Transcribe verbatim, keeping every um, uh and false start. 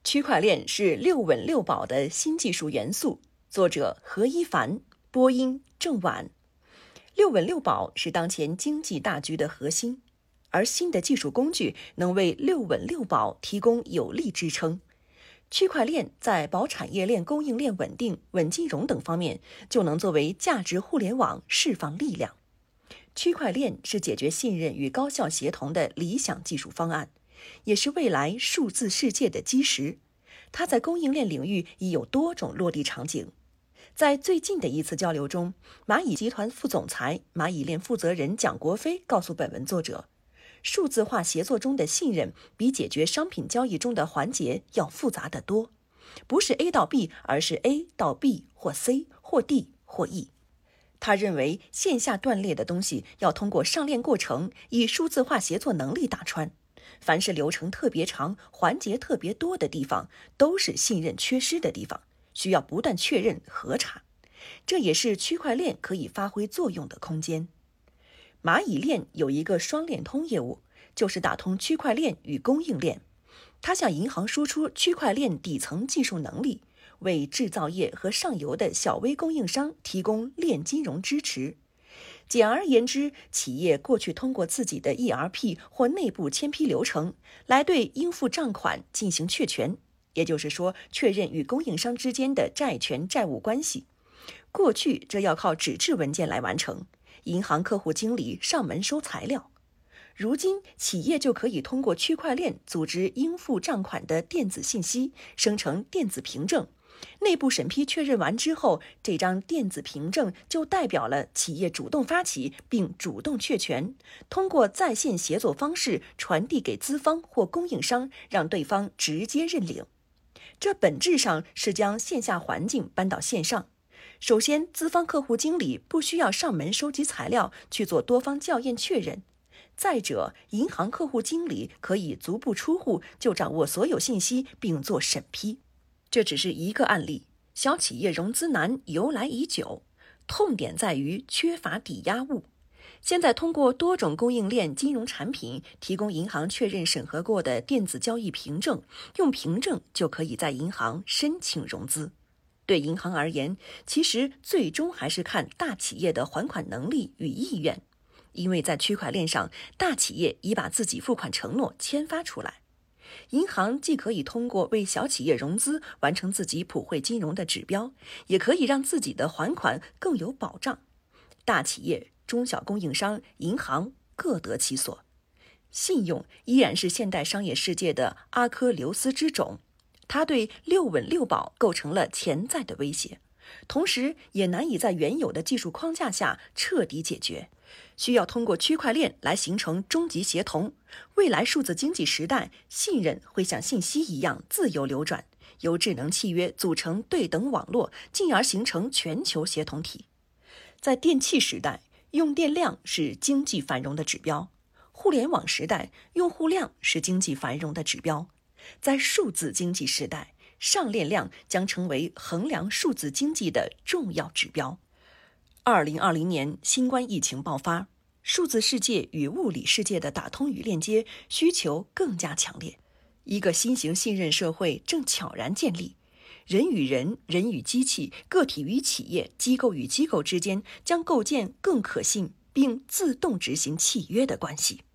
区块链是六稳六保的新技术元素，作者何一凡，播音郑婉。六稳六保是当前经济大局的核心，而新的技术工具能为六稳六保提供有力支撑。区块链在保产业链、供应链稳定、稳金融等方面，就能作为价值互联网释放力量。区块链是解决信任与高效协同的理想技术方案，也是未来数字世界的基石。它在供应链领域已有多种落地场景。在最近的一次交流中，蚂蚁集团副总裁、蚂蚁链负责人蒋国飞告诉本文作者，数字化协作中的信任比解决商品交易中的环节要复杂得多，不是 A 到 B， 而是 A 到 B 或 C 或 D 或 E。他认为线下断裂的东西要通过上链过程，以数字化协作能力打穿。凡是流程特别长、环节特别多的地方，都是信任缺失的地方，需要不断确认核查。这也是区块链可以发挥作用的空间。蚂蚁链有一个双链通业务，就是打通区块链与供应链。它向银行输出区块链底层技术能力，为制造业和上游的小微供应商提供链金融支持。简而言之，企业过去通过自己的 E R P 或内部签批流程来对应付账款进行确权，也就是说，确认与供应商之间的债权债务关系。过去这要靠纸质文件来完成，银行客户经理上门收材料。如今，企业就可以通过区块链组织应付账款的电子信息，生成电子凭证。内部审批确认完之后，这张电子凭证就代表了企业主动发起并主动确权，通过在线协作方式传递给资方或供应商，让对方直接认领。这本质上是将线下环境搬到线上。首先，资方客户经理不需要上门收集材料去做多方校验确认。再者，银行客户经理可以足不出户就掌握所有信息并做审批。这只是一个案例，小企业融资难由来已久，痛点在于缺乏抵押物。现在通过多种供应链金融产品提供银行确认审核过的电子交易凭证，用凭证就可以在银行申请融资。对银行而言，其实最终还是看大企业的还款能力与意愿，因为在区块链上，大企业已把自己付款承诺签发出来。银行既可以通过为小企业融资完成自己普惠金融的指标，也可以让自己的还款更有保障。大企业、中小供应商、银行各得其所。信用依然是现代商业世界的阿喀琉斯之踵，它对六稳六保构成了潜在的威胁，同时也难以在原有的技术框架下彻底解决。需要通过区块链来形成终极协同。未来数字经济时代，信任会像信息一样自由流转，由智能契约组成对等网络，进而形成全球协同体。在电气时代，用电量是经济繁荣的指标；互联网时代，用户量是经济繁荣的指标。在数字经济时代，上链量将成为衡量数字经济的重要指标。二零二零年新冠疫情爆发，数字世界与物理世界的打通与链接需求更加强烈，一个新型信任社会正悄然建立。人与人、人与机器、个体与企业、机构与机构之间将构建更可信并自动执行契约的关系。